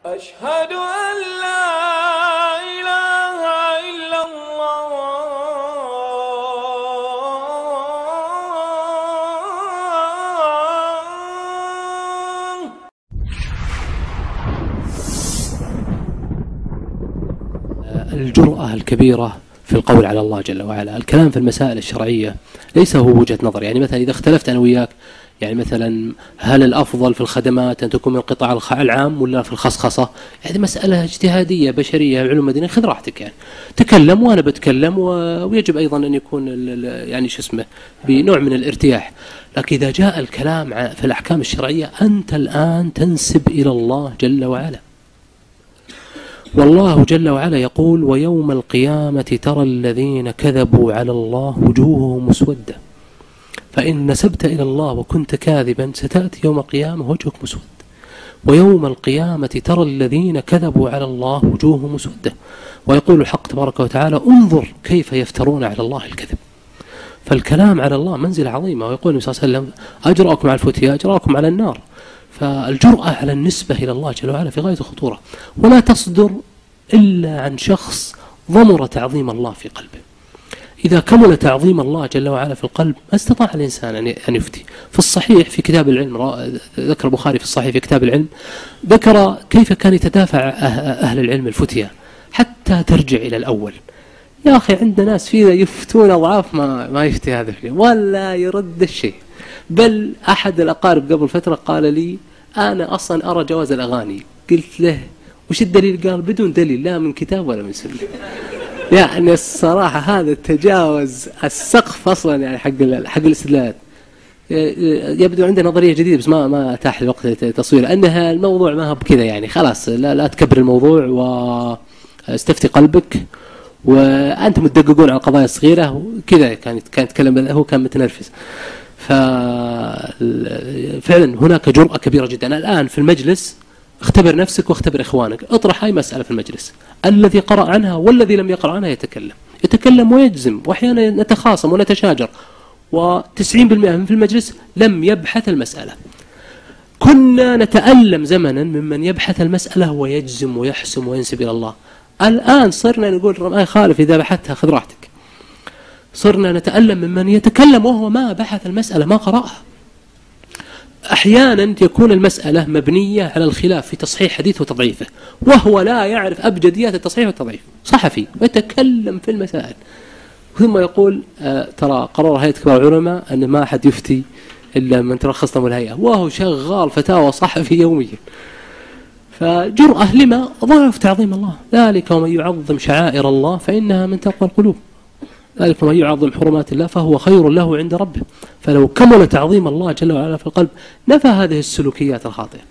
أشهد أن لا إله إلا الله. الجرأة الكبيرة في القول على الله جل وعلا. الكلام في المسائل الشرعية ليس هو وجهة نظر. يعني مثلا إذا اختلفت أنا وياك، يعني مثلا هل الأفضل في الخدمات أن تكون من القطاع العام ولا في الخصخصة؟ هذه مسألة اجتهادية بشرية، علوم مدنية، خذ راحتك يعني. تكلم وأنا بتكلم، ويجب أيضا أن يكون يعني شو اسمه بنوع من الارتياح. لكن إذا جاء الكلام في الأحكام الشرعية أنت الآن تنسب إلى الله جل وعلا. والله جل وعلا يقول: ويوم القيامة ترى الذين كذبوا على الله وجوههم مسودة. فإن نسبت إلى الله وكنت كاذبا ستأتي يوم القيامة وجهك مسود. ويوم القيامة ترى الذين كذبوا على الله وجوههم مسودة. ويقول الحق تبارك وتعالى: انظر كيف يفترون على الله الكذب. فالكلام على الله منزلة عظيمة. ويقول النبي صلى الله عليه وسلم: أجرأكم على الفتيا أجرأكم على النار. فالجرأة على النسبة إلى الله جل وعلا في غاية الخطورة، ولا تصدر إلا عن شخص ضمر تعظيم الله في قلبه. إذا كمل تعظيم الله جل وعلا في القلب ما استطاع الإنسان أن يفتي. في الصحيح في كتاب العلم، ذكر البخاري في الصحيح في كتاب العلم، ذكر كيف كان يتدافع أهل العلم الفتية حتى ترجع إلى الأول. يا أخي عندنا ناس فينا يفتون أضعاف ما يفتي هذا الشيء ولا يرد الشيء. بل أحد الأقارب قبل فترة قال لي: أنا أصلا أرى جواز الأغاني. قلت له: وش الدليل؟ قال: بدون دليل، لا من كتاب ولا من سنة. يعني الصراحة هذا تجاوز السقف أصلا، يعني حق الاستدلال. يبدو عنده نظرية جديدة بس ما أتاح الوقت تصوير، أنها الموضوع ما هو بكذا يعني. خلاص لا تكبر الموضوع واستفتي قلبك، وأنتم تدققون على القضايا الصغيرة وكذا. كان يتكلم، هو كان متنرفز. ففعلا هناك جرأة كبيرة جدا. الآن في المجلس اختبر نفسك واختبر إخوانك، اطرح أي مسألة في المجلس، الذي قرأ عنها والذي لم يقرأ عنها يتكلم ويجزم، وأحيانا نتخاصم ونتشاجر، و90% من في المجلس لم يبحث المسألة. كنا نتألم زمنا ممن يبحث المسألة ويجزم ويحسم وينسب إلى الله. الآن صرنا نقول: ما يخالف إذا بحثتها خذ راحتك. صرنا نتألم ممن يتكلم وهو ما بحث المسألة، ما قرأها. أحيانا يكون المسألة مبنية على الخلاف في تصحيح حديث وتضعيفه، وهو لا يعرف أبجديات التصحيح والتضعيف، صحفي ويتكلم في المسائل، ثم يقول: ترى قرار هيئة كبار العلماء أن ما أحد يفتي إلا من ترخص له الهيئة، وهو شغال فتاوى صحفي يوميا. فجرأة لما؟ ضعف تعظيم الله. ذلك ومن يعظم شعائر الله فإنها من تقوى القلوب. ذلك ومن يعظم حرمات الله فهو خير له عند ربه. فلو كمل تعظيم الله جل وعلا في القلب نفى هذه السلوكيات الخاطئة.